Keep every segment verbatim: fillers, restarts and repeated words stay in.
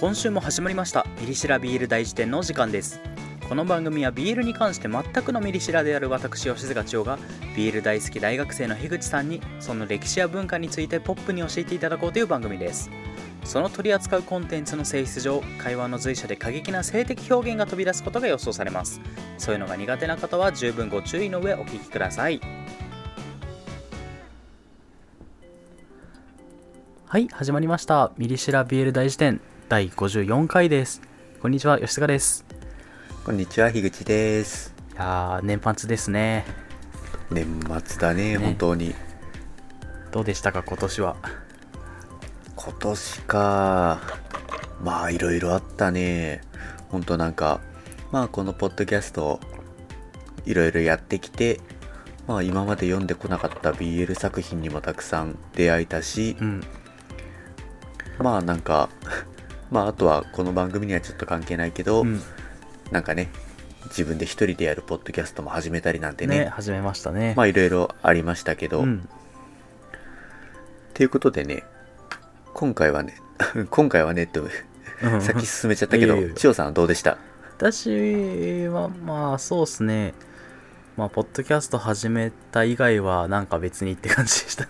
今週も始まりましたミリシラビール大辞典のお時間です。この番組はビールに関して全くのミリシラである私吉塚千代がビール大好き大学生の樋口さんにその歴史や文化についてポップに教えていただこうという番組です。その取り扱うコンテンツの性質上、会話の随所で過激な性的表現が飛び出すことが予想されます。そういうのが苦手な方は十分ご注意の上お聞きください。はい、始まりましたミリシラビール大辞典だいごじゅうよんかいです。こんにちは、吉塚です。 こんにちは、樋口です。 いやー、年末ですね。 年末だね、ね、本当に。 どうでしたか、今年は。 今年か。まあ、いろいろあったね。本当なんか、まあ、このポッドキャスト、いろいろやってきて、まあ、今まで読んでこなかった ビーエル 作品にもたくさん出会えたし、うん、まあ、なんか、まあ、あとはこの番組にはちょっと関係ないけど、うん、なんかね、自分で一人でやるポッドキャストも始めたりなんてね、 ね、始めましたね。 まあいろいろありましたけど、うん、っていうことでね、今回はね今回はねって先進めちゃったけど、千代さんはどうでした？ 私はまあそうっすね、まあポッドキャスト始めた以外はなんか別にって感じでしたね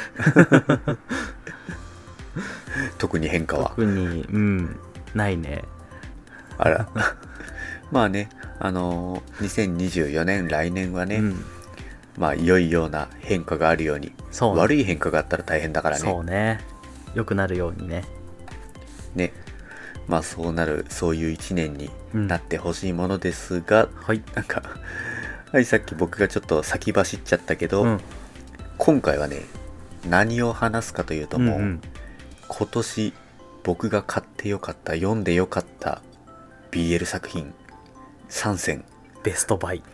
特に変化は特にうんないね。 あらまあね、あのー、にせんにじゅうよねん来年はね、うん、まあ良いような変化があるように、そうね、悪い変化があったら大変だからね。 そうね、良くなるようにね。 ね、まあそうなる、そういう一年になってほしいものですが、うん、はい、なんか、はい、さっき僕がちょっと先走っちゃったけど、うん、今回はね、何を話すかというともう、うんうん、今年僕が買ってよかった、読んでよかった ビーエル 作品さんせん。 ベストバイ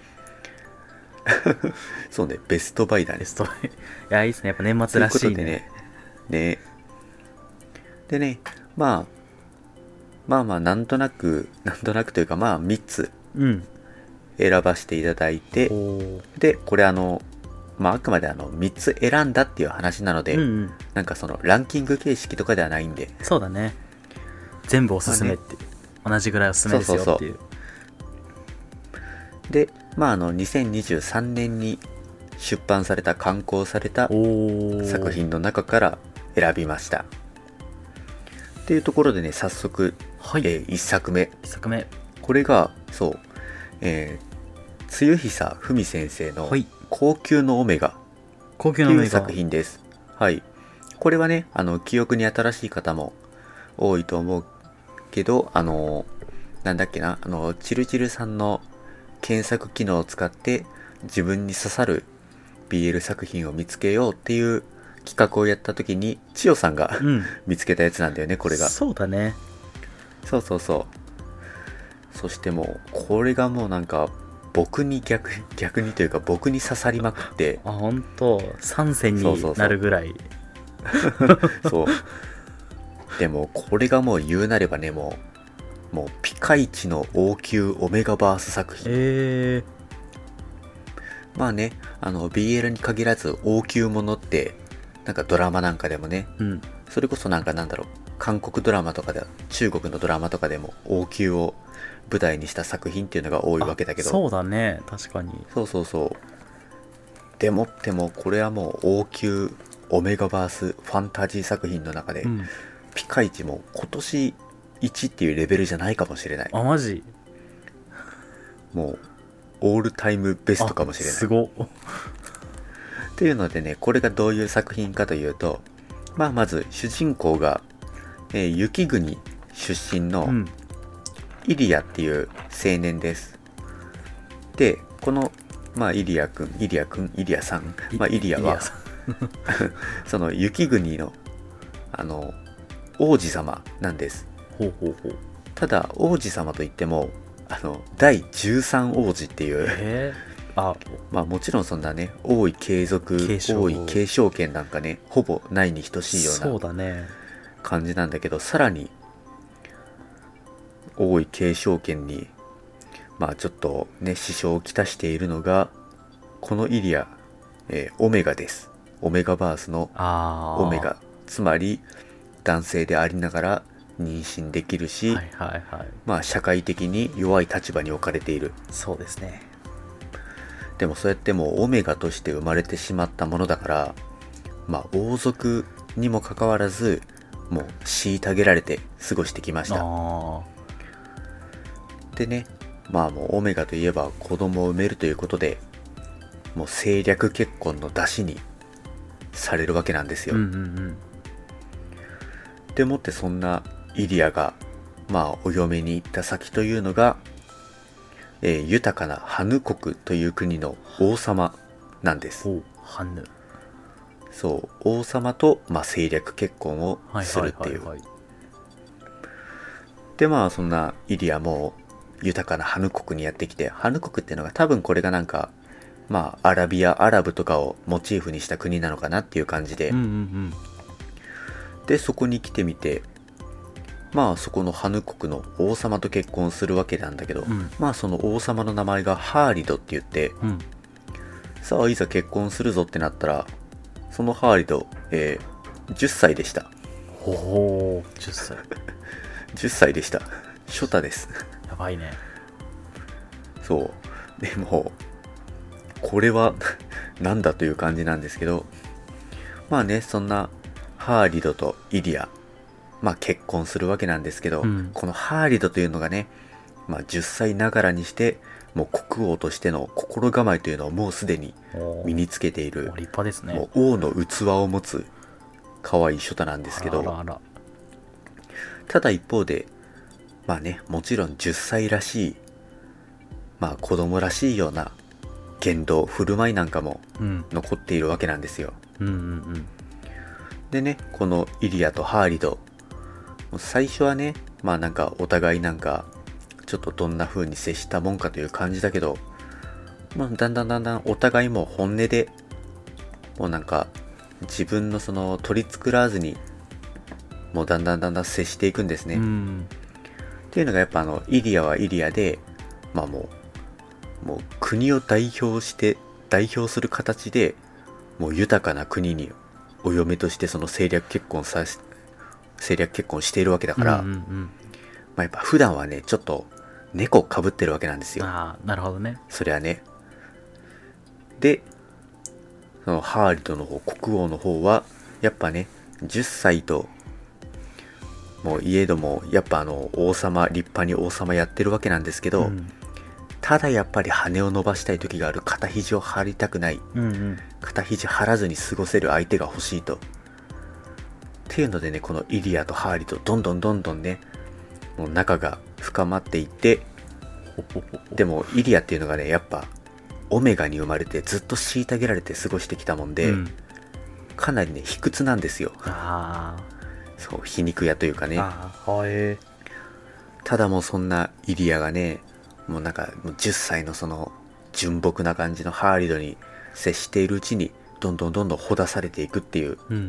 そうね、ベストバイだね。 ベストバイ。いや、いいっすね。やっぱ年末らしいね。 ということでね。ね。でね、まあ、まあまあ、なんとなく、なんとなくというか、まあ、みっつ選ばせていただいて、うん、で、これあの、まあ、あくまであの、みっつ選んだっていう話なので、うんうん、なんかその、ランキング形式とかではないんで。 そうだね。全部おすすめって、まあね、同じぐらいおすすめですよっていう。そうそうそう。 で、まあ、あのにせんにじゅうさんねんに出版された刊行された作品の中から選びましたっていうところでね、早速、はい、えー、いっさくめいっさくめこれがそう、えー、露久文先生の高級のオメガという作品です。はい、これはね、あの記憶に新しい方も多いと思うけど、あのなんだっけな、あのチルチルさんの検索機能を使って自分に刺さる ビーエル 作品を見つけようっていう企画をやった時に千代さんが、うん、見つけたやつなんだよね、これが。 そうだね。 そうそうそう。そしてもうこれがもうなんか僕に逆逆にというか僕に刺さりまくって、 あ、本当参戦になるぐらい。 そうでもこれがもう言うなればね、もうもうピカイチの王宮オメガバース作品、えー、まあね、あの ビーエル に限らず王宮ものってなんかドラマなんかでもね、うん、それこそなんかなんだろう、韓国ドラマとかで、中国のドラマとかでも王宮を舞台にした作品っていうのが多いわけだけど。 そうだね、確かに。 そうそうそう。でもってもこれはもう王宮オメガバースファンタジー作品の中で、うん、ピカイチも今年いちっていうレベルじゃないかもしれない。 あ、マジ？ もうオールタイムベストかもしれない。 すごっ。 っていうのでね、これがどういう作品かというと、まあまず主人公が、えー、雪国出身のイリアっていう青年です。で、このまあイリアくん、イリアくん、イリアさん、まあイリアはその雪国のあの王子様なんです。 ほうほうほう。 ただ王子様といってもあのだいじゅうさん王子っていう、 えー、あまあもちろんそんなね、王位継続、王位継承権なんかね、ほぼないに等しいような感じなんだけど、さらに王位継承権にまあちょっとね支障をきたしているのがこのイリア、えー、オメガです。オメガバースのオメガ、つまり男性でありながら妊娠できるし、 はいはいはい、 まあ社会的に弱い立場に置かれている。 そうですね。 でもそうやってもうオメガとして生まれてしまったものだから、まあ王族にもかかわらずもう虐げられて過ごしてきました。 あでね、まあもうオメガといえば子供を産めるということで、もう政略結婚の出しにされるわけなんですよ。 うんうんうん、 でもってそんなイリアがまあお嫁に行った先というのが、えー、豊かなハヌ国という国の王様なんです。 おハヌ。 そう、王様と、まあ、政略結婚をするっていう。でまあそんなイリアも豊かなハヌ国にやってきて、ハヌ国っていうのが多分これがなんかまあアラビアアラブとかをモチーフにした国なのかなっていう感じで、 うんうんうん、 でそこに来てみて、まあそこのハヌ国の王様と結婚するわけなんだけど、うん、まあその王様の名前がハーリドって言って、うん、さあいざ結婚するぞってなったら、そのハーリド、えー、じゅっさいでした。 ほほー、じゅっさいじゅっさいでした。初太です。 やばいね。 そうでもこれはなんだという感じなんですけど、まあね、そんなハーリドとイリア、まあ結婚するわけなんですけど、うん、このハーリドというのがね、まあじゅっさいながらにしてもう国王としての心構えというのをもうすでに身につけている、 立派ですね。 もう王の器を持つ可愛い初太なんですけど、 あらあら、 ただ一方でまあね、もちろんじゅっさいらしい、まあ子供らしいような言動振る舞いなんかも残っているわけなんですよ。 うんうんうんうん、 でね、このイリアとハーリド、最初はね、まあなんかお互いなんかちょっとどんな風に接したもんかという感じだけど、まあ、だんだんだんだんお互いも本音でもうなんか自分のその取り繕わずにもうだんだんだんだん接していくんですね。 うん、 っていうのがやっぱあのイリアはイリアで、まあもうもう国を代表して代表する形でもう豊かな国にお嫁としてその政略結婚さ政略結婚しているわけだから、うんうんうん、まあやっぱ普段はねちょっと猫をかぶってるわけなんですよ。 ああ、なるほどね。 そりゃね。でそのハーリドの方、国王の方はやっぱねじゅっさいともういえどもやっぱあの王様、立派に王様やってるわけなんですけど、うん、ただやっぱり羽を伸ばしたい時がある、肩肘を張りたくない、うんうん、肩肘張らずに過ごせる相手が欲しいとっていうのでね、このイリアとハーリドどんどんどんどんねもう仲が深まっていって、でもイリアっていうのがねやっぱオメガに生まれてずっと虐げられて過ごしてきたもんで、うん、かなりね卑屈なんですよ。 あそう、皮肉屋というかね。 あー、えー、 ただもうそんなイリアがねもうなんかもうじゅっさいのその純朴な感じのハーリドに接しているうちにどんどんどんどんほだされていくっていう、うん、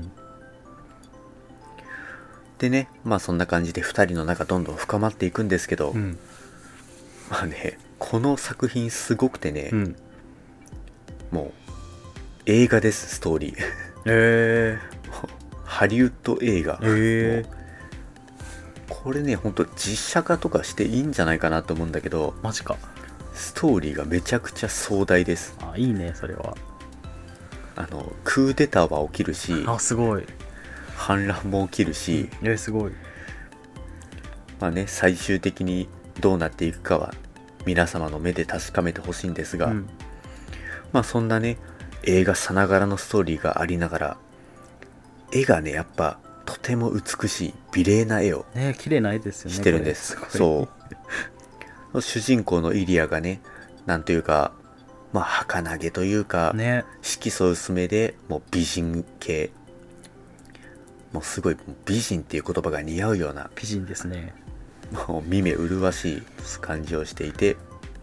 でね、まあそんな感じでふたりの仲どんどん深まっていくんですけど、うん、まあねこの作品すごくてね、うん、もう映画です、ストーリー。 えーハリウッド映画、 えー、 これねほんと実写化とかしていいんじゃないかなと思うんだけど、 マジか。 ストーリーがめちゃくちゃ壮大です。 あ、いいねそれは。 あのクーデターは起きるし、 あ、すごい。 反乱も起きるし、 うん、えすごい。 まあね最終的にどうなっていくかは皆様の目で確かめてほしいんですが、うん、まあそんなね映画さながらのストーリーがありながら、絵がねやっぱとても美しい美麗な絵をね、綺麗な絵ですよねしてるんです。そう主人公のイリアがねなんというかまあ儚げというか、 ね、 色素薄めでもう美人系、もうすごい美人っていう言葉が似合うような美人ですね。 もう見目麗しい感じをしていて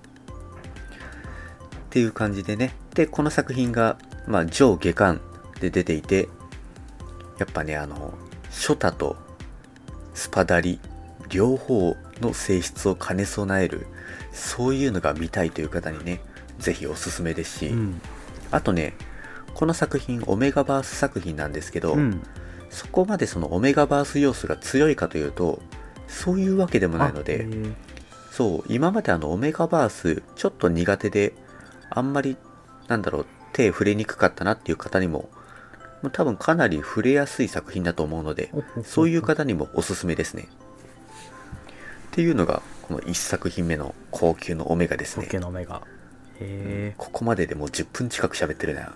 っていう感じでね、でこの作品がまあ上下巻で出ていて、やっぱねあのショタとスパダリ両方の性質を兼ね備える、そういうのが見たいという方にねぜひおすすめですし、うん、あとねこの作品オメガバース作品なんですけど、うん、 そこまでそのオメガバース要素が強いかというとそういうわけでもないので、そう今まであのオメガバースちょっと苦手であんまりなんだろう手触れにくかったなっていう方にも多分かなり触れやすい作品だと思うので、そういう方にもおすすめですね。っていうのがこのいっさく品目の高級のオメガですね。 高級のオメガ。へえ。 ここまででもうじゅっぷん近く喋ってるな。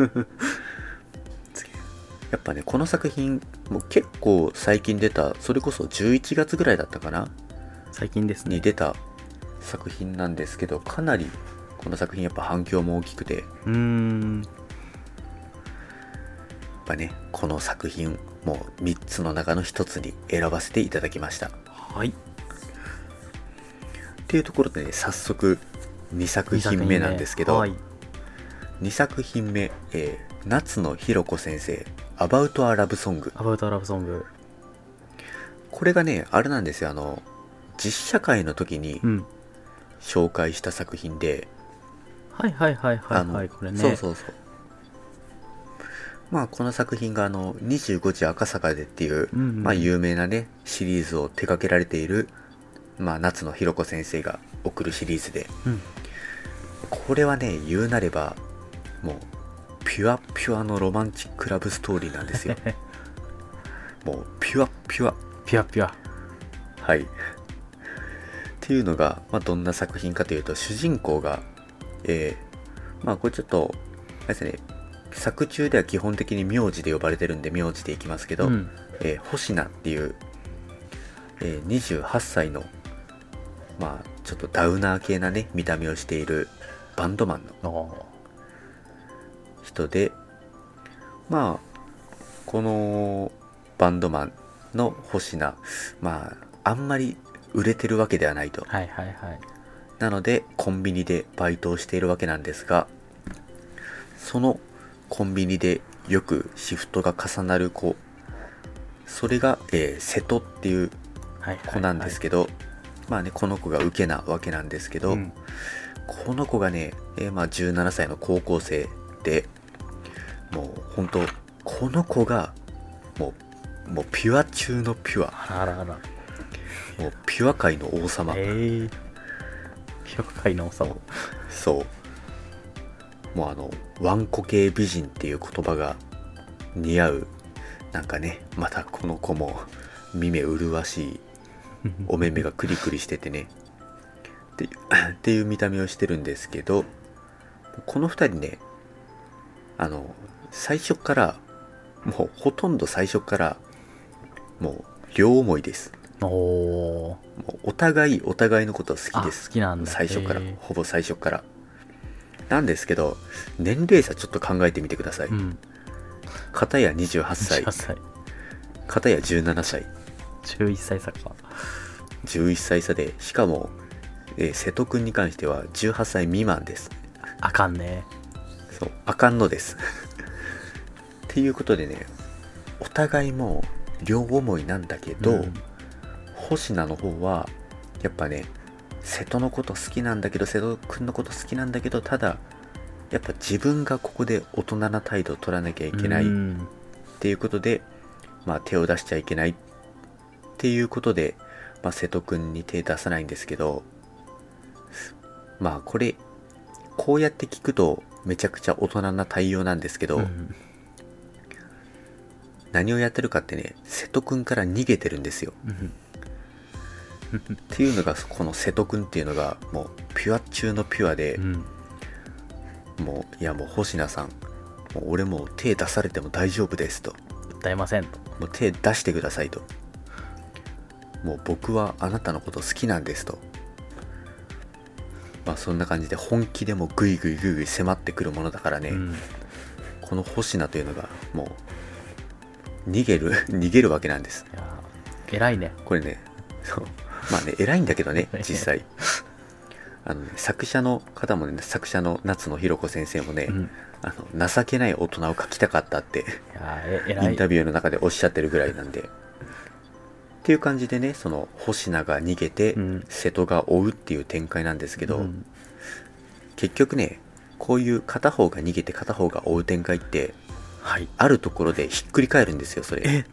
やっぱねこの作品もう結構最近出た、それこそじゅういちがつぐらいだったかな、 最近ですねに出た作品なんですけど、かなりこの作品やっぱ反響も大きくて、 うーんやっぱねこの作品もうみっつの中のひとつに選ばせていただきました。 はい。 っていうところでね早速にさく品目なんですけど、 はい、 にさく品目、えー、夏野ひろ子先生アバウトアラブソング。 アバウトアラブソング。 これがねあれなんですよ、あの実写会の時に紹介した作品で、 うん、はいはいはいはいはい、これね。 そうそうそう。まあこの作品があのにじゅうごじ赤坂でっていう、うんうん、まあ有名なねシリーズを手掛けられている、まあ夏野ひろ子先生が送るシリーズで、うん、これはね言うなればもうピュアピュアのロマンチックラブストーリーなんですよ。もうピュアピュアピュアピュアはいっていうのが、まあ、どんな作品かというと、主人公がえー、まあこれちょっとあれですね、作中では基本的に名字で呼ばれてるんで名字でいきますけど、うん、えー、星名っていう、えー、にじゅうはっさいのまあちょっとダウナー系なね見た目をしているバンドマンの人で、まあこのバンドマンの星名、まああんまり売れてるわけではないと、 はいはいはい、 なのでコンビニでバイトをしているわけなんですが、そのコンビニでよくシフトが重なる子、それが、えー、瀬戸っていう子なんですけど、はいはいはい、まあねこの子が受けなわけなんですけど、うん、この子がね、えー、まあじゅうななさいの高校生で、もう本当この子がもうもうピュア中のピュア、 あらあら、 もうピュア界の王様、 えー、ピュア界の王様、 そうもうあのワンコ系美人っていう言葉が似合う、なんかねまたこの子も見目麗しいお目目がクリクリしててねってっていう見た目をしてるんですけど、このふたりねあの最初からもうほとんど最初からもう両思いです。 おもうお互いお互いのこと好きです。 好きなんだ。 最初から、ほぼ最初からなんですけど、年齢差ちょっと考えてみてください。うん、片やにじゅうはっさい、片やじゅうななさい、 じゅういっさい差か。 じゅういっさい差で、しかも、えー、瀬戸くんに関してはじゅうはっさい未満です。 あかんね。 そうあかんのですっていうことでね、お互いも両思いなんだけど、うん、星名の方はやっぱね瀬戸のこと好きなんだけど、瀬戸くんのこと好きなんだけど、ただやっぱ自分がここで大人な態度を取らなきゃいけないっていうことで、まあ手を出しちゃいけないっていうことで、まあ、瀬戸くんに手出さないんですけど、まあこれこうやって聞くとめちゃくちゃ大人な対応なんですけど、うん、何をやってるかってね、瀬戸くんから逃げてるんですよ。っていうのがこの瀬戸くんっていうのがもうピュア中のピュアで、うん、もういやもう星名さん、もう俺もう手出されても大丈夫ですと、 訴えませんと、 もう手出してくださいと、もう僕はあなたのこと好きなんですと、まあそんな感じで本気でもグイグイグイグイ迫ってくるものだからね、うん、この星名というのがもう逃げる逃げるわけなんです。 いや偉いねこれね。そうまあね偉いんだけどね実際あの、ね、作者の方もね、作者の夏野ひろ子先生もね、うん、あの情けない大人を描きたかったっていやえ偉いインタビューの中でおっしゃってるぐらいなんで、っていう感じでね、その星名が逃げて、うん、瀬戸が追うっていう展開なんですけど、うん、結局ねこういう片方が逃げて片方が追う展開ってはい、 あるところでひっくり返るんですよ。それえ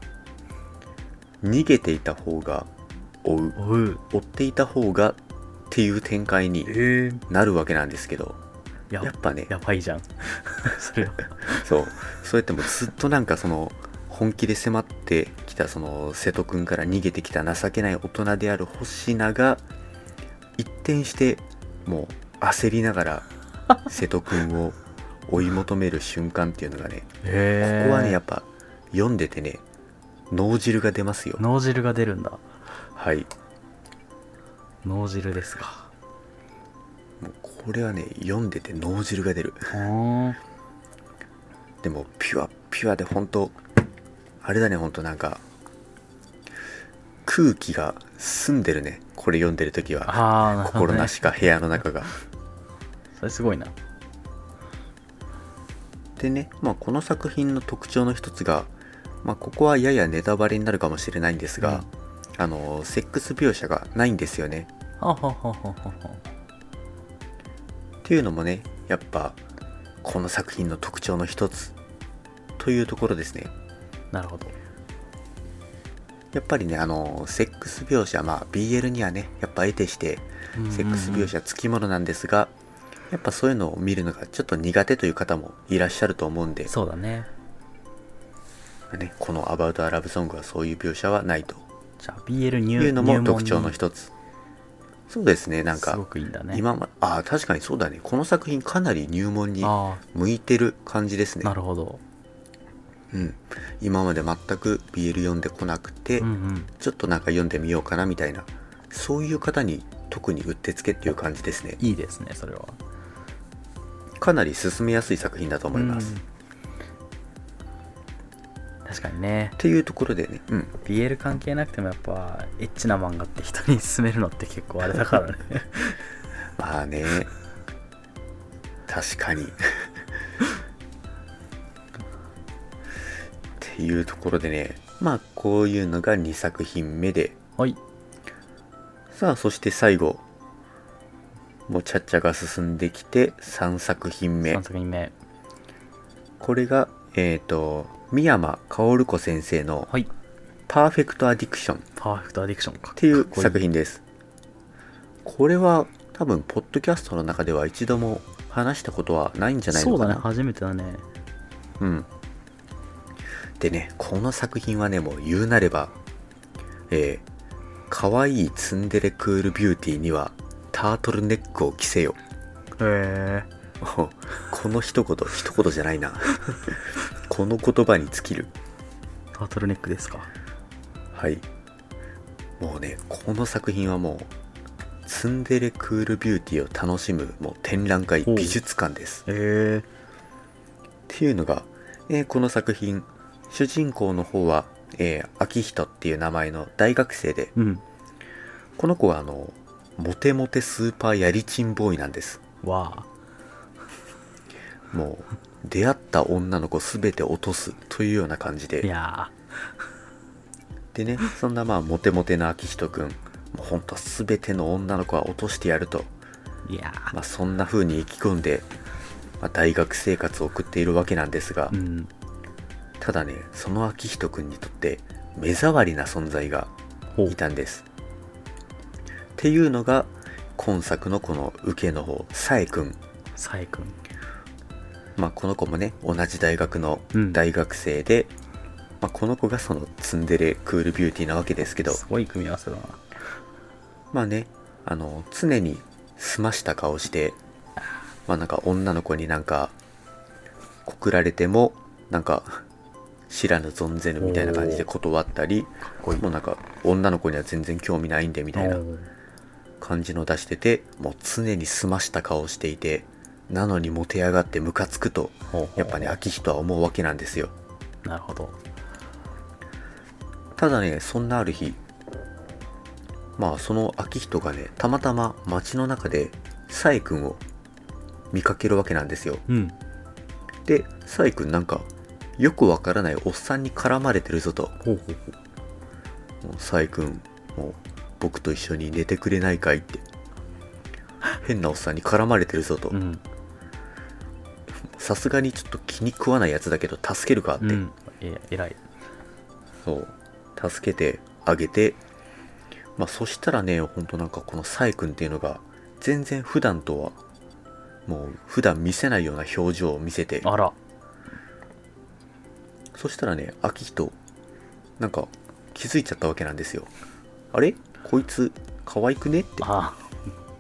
逃げていた方が追う、 追う追っていた方がっていう展開になるわけなんですけど、 えー、や, やっぱねやばいじゃんそれはそうそうやってもずっとなんかその本気で迫ってきたその瀬戸くんから逃げてきた情けない大人である星名が一転してもう焦りながら瀬戸くんを追い求める瞬間っていうのがね、 へここはねやっぱ読んでてね脳汁が出ますよ。 脳汁が出るんだ。 はい、 脳汁ですか。 もうこれはね読んでて脳汁が出る。でもピュアピュアで本当あれだね、本当なんか空気が澄んでるね、これ読んでる時は。 あ、ね、 心なしか部屋の中がそれすごいな。 でね、まあ、この作品の特徴の一つが、まあ、ここはややネタバレになるかもしれないんですが、うん、あのセックス描写がないんですよね。 はははははっていうのもね、やっぱこの作品の特徴の一つというところですね。 なるほど。 やっぱりね、あのセックス描写、まあ ビーエル にはねやっぱ得てしてセックス描写つきものなんですが、うんうんうん、やっぱそういうのを見るのがちょっと苦手という方もいらっしゃると思うんで、 そうだね。 ね、この About a Love Song はそういう描写はないと。 じゃあ ビーエル 入いうのも特徴の一つ。そうですね、なんかすごくいいんだね。 今まあ確かにそうだね、この作品かなり入門に向いてる感じですね。 なるほど。 うん、今まで全く ビーエル 読んでこなくて、うんうん、ちょっとなんか読んでみようかなみたいな、そういう方に特にうってつけっていう感じですね。 いいですね、それは。 かなり進めやすい作品だと思います。 確かにね。 っていうところでね、うん、 ビーエル 関係なくてもやっぱエッチな漫画って人に勧めるのって結構あれだからねまあね、確かにっていうところでね、まあこういうのがにさく品目で、 はい、 さあそして最後もうちゃっちゃが進んできてさんさく品目。 さんさく品目、 これがえっ、ー、と三山薫子先生のパーフェクトアディクション、 パーフェクトアディクションかっていう作品です。これは多分ポッドキャストの中では一度も話したことはないんじゃないのかな。 そうだね、初めてだね。 うん。でね、この作品はね、もう言うなれば、えー、可愛いツンデレクールビューティーにはタートルネックを着せよ。 へえ。 この一言、一言じゃないな。この言葉に尽きる。 タートルネックですか。 はい。もうね、この作品はもう、ツンデレクールビューティーを楽しむもう展覧会、美術館です。 へえ。 っていうのが、えー、この作品、主人公の方は、えー、秋人っていう名前の大学生で、 うん、 この子はあのモテモテスーパーやりちんボーイなんです。 わあ、もう出会った女の子すべて落とすというような感じで、 いやでね、そんなまあモテモテな秋人くん、もうほんとすべての女の子は落としてやると、 いやまあそんな風に意気込んで、まあ、大学生活を送っているわけなんですが、うん、ただね、その秋人くんにとって目障りな存在がいたんです。っていうのが今作のこの受けの方、さえくん。 さえくん。 まあこの子もね、同じ大学の大学生で、うん、まあ、この子がそのツンデレクールビューティーなわけですけど、 すごい組み合わせだな。 まあね、あの常に澄ました顔して、まあなんか女の子になんか告られてもなんか知らぬ存ぜぬみたいな感じで断ったり、もうなんか女の子には全然興味ないんでみたいな感じの出してて、もう常に澄ました顔をしていて、なのにモテ上がってムカつくとやっぱね、秋人は思うわけなんですよ。 なるほど。 ただね、そんなある日、まあその秋人がね、たまたま街の中でサエ君を見かけるわけなんですよ。 うん、 で、サエ君なんかよくわからないおっさんに絡まれてるぞと。 ほうほうほう。もうサエ君、もう僕と一緒に寝てくれないかいって変なおっさんに絡まれてるぞと。うん、 さすがにちょっと気に食わないやつだけど助けるかって、うん、 いや偉い。 そう助けてあげて、まあそしたらね、ほんとなんかこのサイ君っていうのが全然普段とはもう普段見せないような表情を見せて、 あら、 そしたらね、明人なんか気づいちゃったわけなんですよ。あれこいつ可愛くねって。 ああ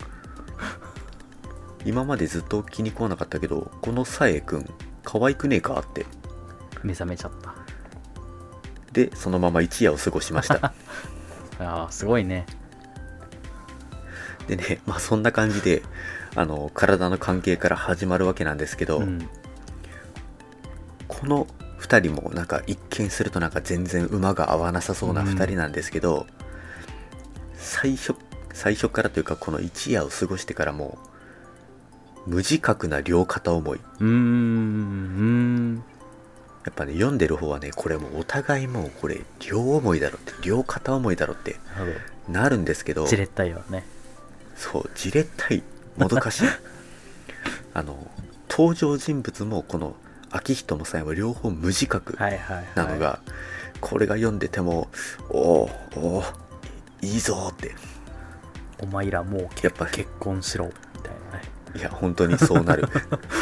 今までずっと気に食わなかったけど、このサエ君可愛くねえかって目覚めちゃった。 でそのまま一夜を過ごしましたああすごいね。 でね、まあそんな感じであの体の関係から始まるわけなんですけど、うん、このふたりもなんか一見するとなんか全然馬が合わなさそうなふたりなんですけど、うん、最初最初からというかこの一夜を過ごしてからも無自覚な両片思い。 うーんやっぱね読んでる方はね、これもうお互いもうこれ両思いだろって両片思いだろってなるんですけど、 じれったいわね。 そうじれったいもどかしいあの登場人物もこの明人もさえも両方無自覚なのが、はいはいはい、これが読んでてもおーおーいいぞって、 お前らもうやっぱ結婚しろみたいなね。 いや本当にそうなる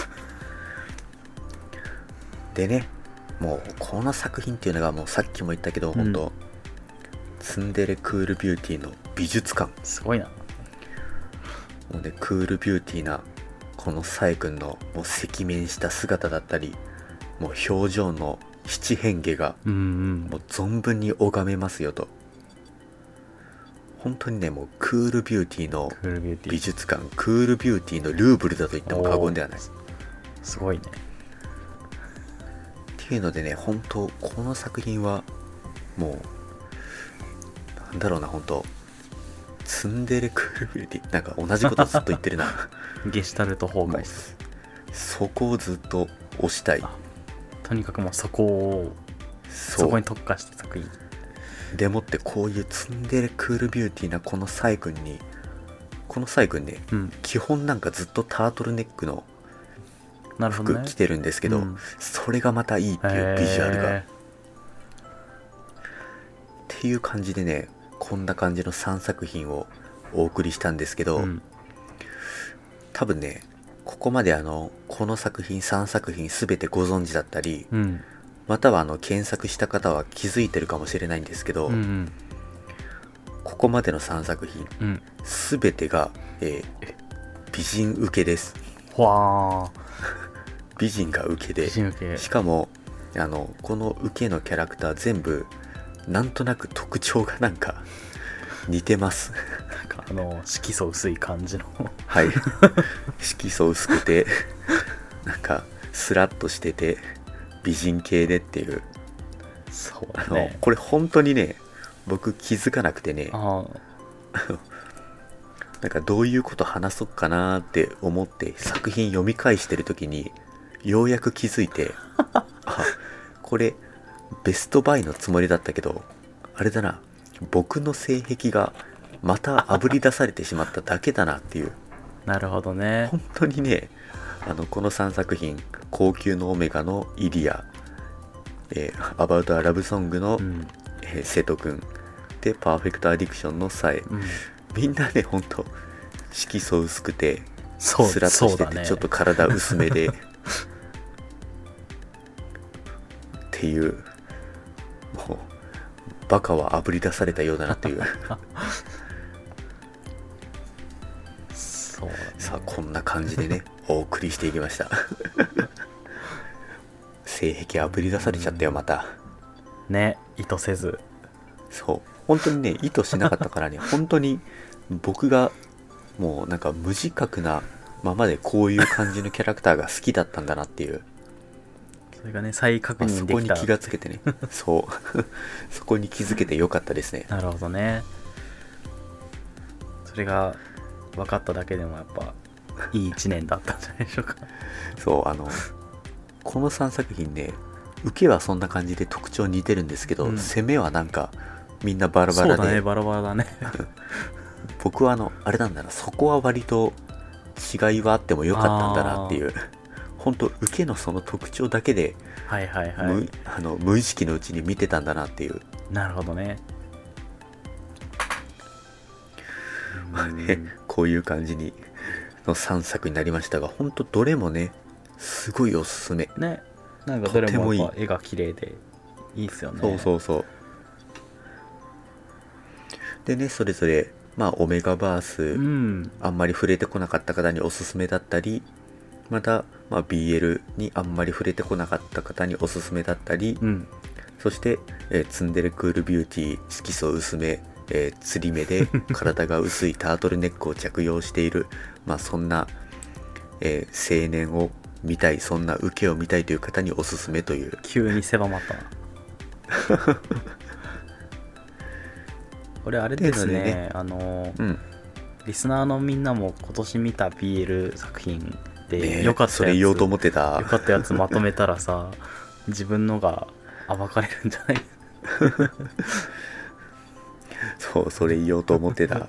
でね、もうこの作品っていうのがもうさっきも言ったけど、うん、本当ツンデレクールビューティーの美術館すごいな。 もうねクールビューティーなこのサエ君のもう赤面した姿だったり、もう表情の七変化がもう存分に拝めますよと。本当にねもうクールビューティーの美術館、クールビューティーのルーブルだと言っても過言ではない。 すごいね。 っていうのでね、本当この作品はもうなんだろうな、本当ツンデレクールビューティー、なんか同じことずっと言ってるなゲシュタルト崩壊、 そこをずっと推したい。 とにかくもうそこをそこに特化した作品でもってこういうツンデレクールビューティーなこのサイ君に、このサイ君ね、うん、基本なんかずっとタートルネックの服着てるんですけど、ねうん、それがまたいいっていうビジュアルがっていう感じでね、こんな感じのさんさく品をお送りしたんですけど、うん、多分ねここまであのこの作品さんさく品全てご存知だったり、うん、またはあの検索した方は気づいてるかもしれないんですけど、うんうん、ここまでのさんさく品、うん、全てが、えー、美人受けです。 わー美人が受けで、しかもあのこの受けのキャラクター全部なんとなく特徴がなんか似てますなんかあの色素薄い感じのはい色素薄くてなんかスラッとしてて美人系でっていう。 そうだね、 あのこれ本当にね僕気づかなくてねなんかどういうこと話そうかなって思って作品読み返してる時にようやく気づいてあこれベストバイのつもりだったけどあれだな、僕の性癖がまたあぶり出されてしまっただけだなっていう。 なるほどね。 本当にねあのこのさんさく品、高級のオメガのイリア、えー、アバウト・ア・ラブソングの、うんえー、瀬戸くんで、パーフェクト・アディクションのサエ、うん、みんなね本当色素薄くてスラッとしてて、ね、ちょっと体薄めでっていう、もうバカはあぶり出されたようだなっていうそう、ね、 さあこんな感じでねお送りしていきました性癖あぶり出されちゃったよまたね、意図せず。 そう本当にね意図しなかったからね本当に僕がもうなんか無自覚なままでこういう感じのキャラクターが好きだったんだなっていう、 それがね再確認できた、 そこに気がつけてねそうそこに気づけてよかったですね。 なるほどね。それが分かっただけでもやっぱいいいちねんだったんじゃないでしょうかそうあのこのさんさく品ね、受けはそんな感じで特徴似てるんですけど、うん、攻めはなんかみんなバラバラで、 そうだねバラバラだね僕はあのあれなんだな、そこは割と違いはあってもよかったんだなっていう、 本当受けのその特徴だけで、 はいはいはい、 無あの無意識のうちに見てたんだなっていう。 なるほどね。 まあね、こういう感じにのさんさくになりましたが、本当どれもねすごいおすすめね。なんかどれもやっぱ絵が綺麗でいいですよね。 そうそうそう。でね、それぞれまあオメガバース、うん、あんまり触れてこなかった方におすすめだったり、また、まあ、ビーエル にあんまり触れてこなかった方におすすめだったり、うん、そして、えー、ツンデレクールビューティー色素薄め、えー、釣り目で体が薄いタートルネックを着用しているまあそんな、えー、青年を見たい、そんな受けを見たいという方におすすめという。 急に狭まったな俺あれですね、ねあの、うん、リスナーのみんなも今年見た ビーエル 作品でよかったやつ、 ね、それ言おうと思ってた。 よかったやつまとめたらさ自分のが暴かれるんじゃないそうそれ言おうと思ってたほ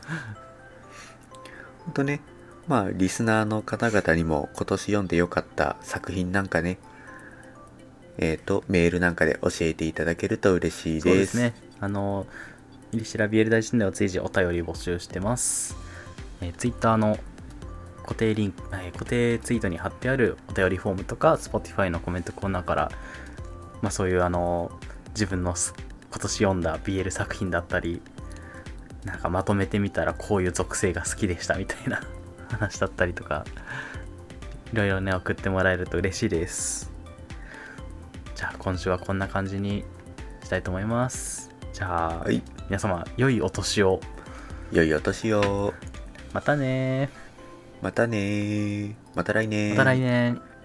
んとね、まあリスナーの方々にも今年読んでよかった作品なんかね、えっ、ー、とメールなんかで教えていただけると嬉しいです。そうですね、 あのミリシラ ビーエル 大辞典では随時お便り募集してます。えー、Twitter の固定リンク、えー、固定ツイートに貼ってあるお便りフォームとか Spotify のコメントコーナーから、まあ、そういうあの自分の今年読んだ ビーエル 作品だったり、なんかまとめてみたらこういう属性が好きでしたみたいな話だったりとか、いろいろね送ってもらえると嬉しいです。じゃあ今週はこんな感じにしたいと思います。じゃあ、はい、皆様良いお年を。 良いお年を。 またねまたねまた来年また来年